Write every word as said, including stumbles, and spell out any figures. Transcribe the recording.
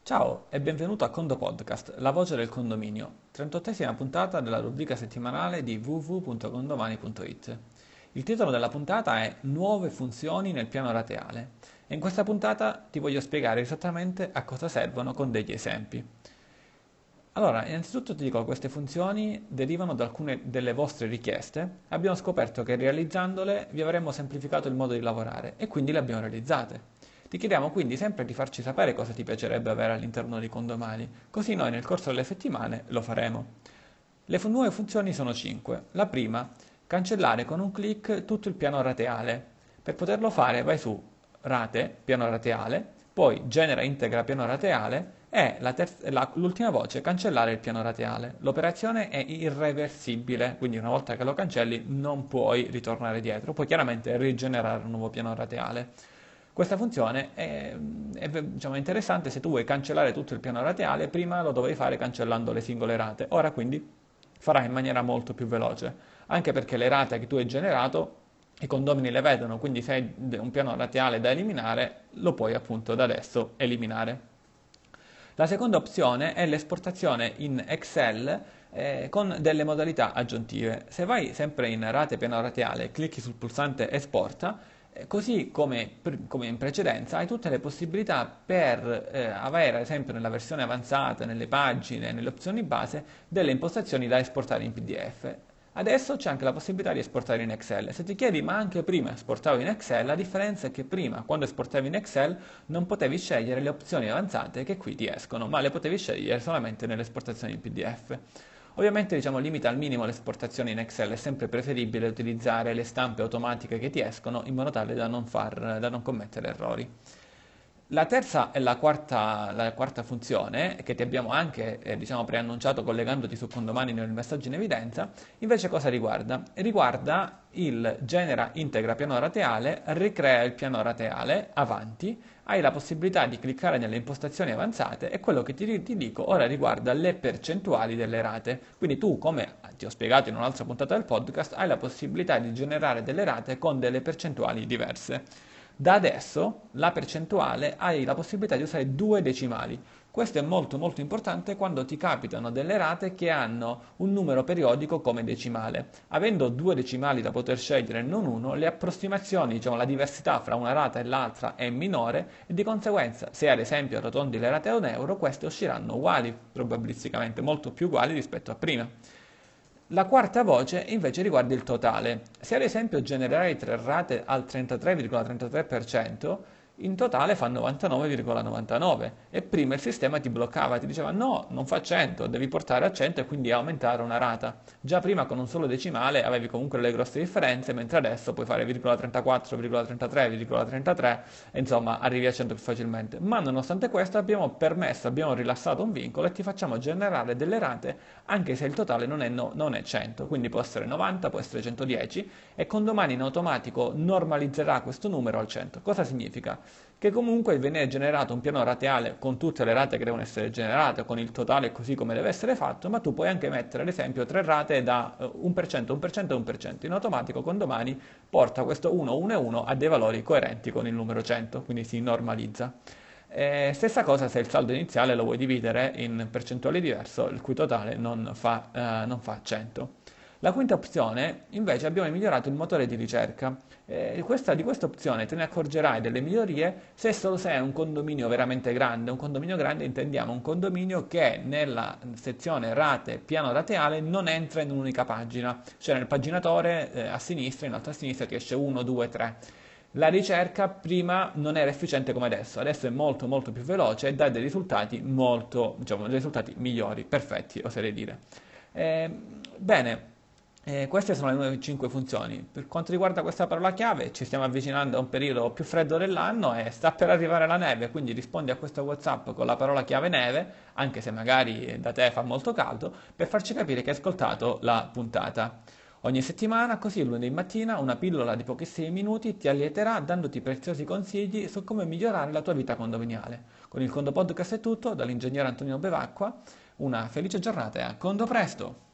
Ciao e benvenuto a Condo Podcast, la voce del condominio, trentottesima puntata della rubrica settimanale di w w w punto condomani punto i t. Il titolo della puntata è Nuove funzioni nel piano rateale e in questa puntata ti voglio spiegare esattamente a cosa servono con degli esempi. Allora, innanzitutto ti dico che queste funzioni derivano da alcune delle vostre richieste. Abbiamo scoperto che realizzandole vi avremmo semplificato il modo di lavorare e quindi le abbiamo realizzate. Ti chiediamo quindi sempre di farci sapere cosa ti piacerebbe avere all'interno di Condomani, così noi nel corso delle settimane lo faremo. Le fu- nuove funzioni sono cinque. La prima, cancellare con un clic tutto il piano rateale. Per poterlo fare vai su Rate, piano rateale, poi Genera integra piano rateale e la terz- la- l'ultima voce, cancellare il piano rateale. L'operazione è irreversibile, quindi una volta che lo cancelli non puoi ritornare dietro, puoi chiaramente rigenerare un nuovo piano rateale. Questa funzione è, è, diciamo, interessante se tu vuoi cancellare tutto il piano rateale, prima lo dovevi fare cancellando le singole rate, ora quindi farai in maniera molto più veloce, anche perché le rate che tu hai generato i condomini le vedono, quindi se hai un piano rateale da eliminare, lo puoi appunto da adesso eliminare. La seconda opzione è l'esportazione in Excel eh, con delle modalità aggiuntive. Se vai sempre in rate piano rateale, clicchi sul pulsante esporta, eh, così come, come in precedenza hai tutte le possibilità per eh, avere, ad esempio nella versione avanzata, nelle pagine, nelle opzioni base, delle impostazioni da esportare in P D F. Adesso c'è anche la possibilità di esportare in Excel. Se ti chiedi, ma anche prima esportavo in Excel, la differenza è che prima, quando esportavi in Excel, non potevi scegliere le opzioni avanzate che qui ti escono, ma le potevi scegliere solamente nell'esportazione in P D F. Ovviamente, diciamo, limita al minimo l'esportazione in Excel, è sempre preferibile utilizzare le stampe automatiche che ti escono in modo tale da non, far, da non commettere errori. La terza e la quarta, la quarta funzione, che ti abbiamo anche eh, diciamo, preannunciato collegandoti su Condomani nel messaggio in evidenza, invece cosa riguarda? Riguarda il genera integra piano rateale, ricrea il piano rateale, avanti, hai la possibilità di cliccare nelle impostazioni avanzate e quello che ti, ti dico ora riguarda le percentuali delle rate. Quindi tu, come ti ho spiegato in un'altra puntata del podcast, hai la possibilità di generare delle rate con delle percentuali diverse. Da adesso la percentuale hai la possibilità di usare due decimali. Questo è molto molto importante quando ti capitano delle rate che hanno un numero periodico come decimale. Avendo due decimali da poter scegliere e non uno, le approssimazioni, diciamo la diversità fra una rata e l'altra è minore e di conseguenza se ad esempio arrotondi le rate a un euro, queste usciranno uguali, probabilisticamente molto più uguali rispetto a prima. La quarta voce invece riguarda il totale. Se ad esempio generai tre rate al trentatré virgola trentatré per cento, in totale fa novantanove virgola novantanove e prima il sistema ti bloccava, ti diceva no, non fa cento, devi portare a cento e quindi aumentare una rata. Già prima con un solo decimale avevi comunque le grosse differenze, mentre adesso puoi fare virgola trentaquattro, virgola trentatré, virgola trentatré e insomma arrivi a cento più facilmente. Ma nonostante questo abbiamo permesso, abbiamo rilassato un vincolo e ti facciamo generare delle rate anche se il totale non è, no, non è cento, quindi può essere novanta, può essere centodieci e Condomani in automatico normalizzerà questo numero al cento. Cosa significa? Che comunque viene generato un piano rateale con tutte le rate che devono essere generate, con il totale così come deve essere fatto, ma tu puoi anche mettere ad esempio tre rate da uno per cento, uno per cento e uno per cento. In automatico Condomani porta questo uno, uno e uno a dei valori coerenti con il numero cento, quindi si normalizza. Eh, stessa cosa se il saldo iniziale lo vuoi dividere in percentuali diverso, il cui totale non fa, eh, non fa cento. La quinta opzione, invece, abbiamo migliorato il motore di ricerca. Eh, questa, di questa opzione te ne accorgerai delle migliorie se solo se è un condominio veramente grande. Un condominio grande intendiamo un condominio che nella sezione rate, piano rateale, non entra in un'unica pagina. Cioè nel paginatore eh, a sinistra, in alto a sinistra ti esce uno, due, tre. La ricerca prima non era efficiente come adesso, adesso è molto molto più veloce e dà dei risultati molto, diciamo, dei risultati migliori, perfetti, oserei dire. Eh, bene, eh, queste sono le nuove cinque funzioni. Per quanto riguarda questa parola chiave, ci stiamo avvicinando a un periodo più freddo dell'anno e sta per arrivare la neve, quindi rispondi a questo WhatsApp con la parola chiave neve, anche se magari da te fa molto caldo, per farci capire che hai ascoltato la puntata. Ogni settimana, così lunedì mattina, una pillola di pochissimi minuti ti allieterà dandoti preziosi consigli su come migliorare la tua vita condominiale. Con il Condo Podcast è tutto, dall'ingegnere Antonino Bevacqua, una felice giornata e a Condo presto!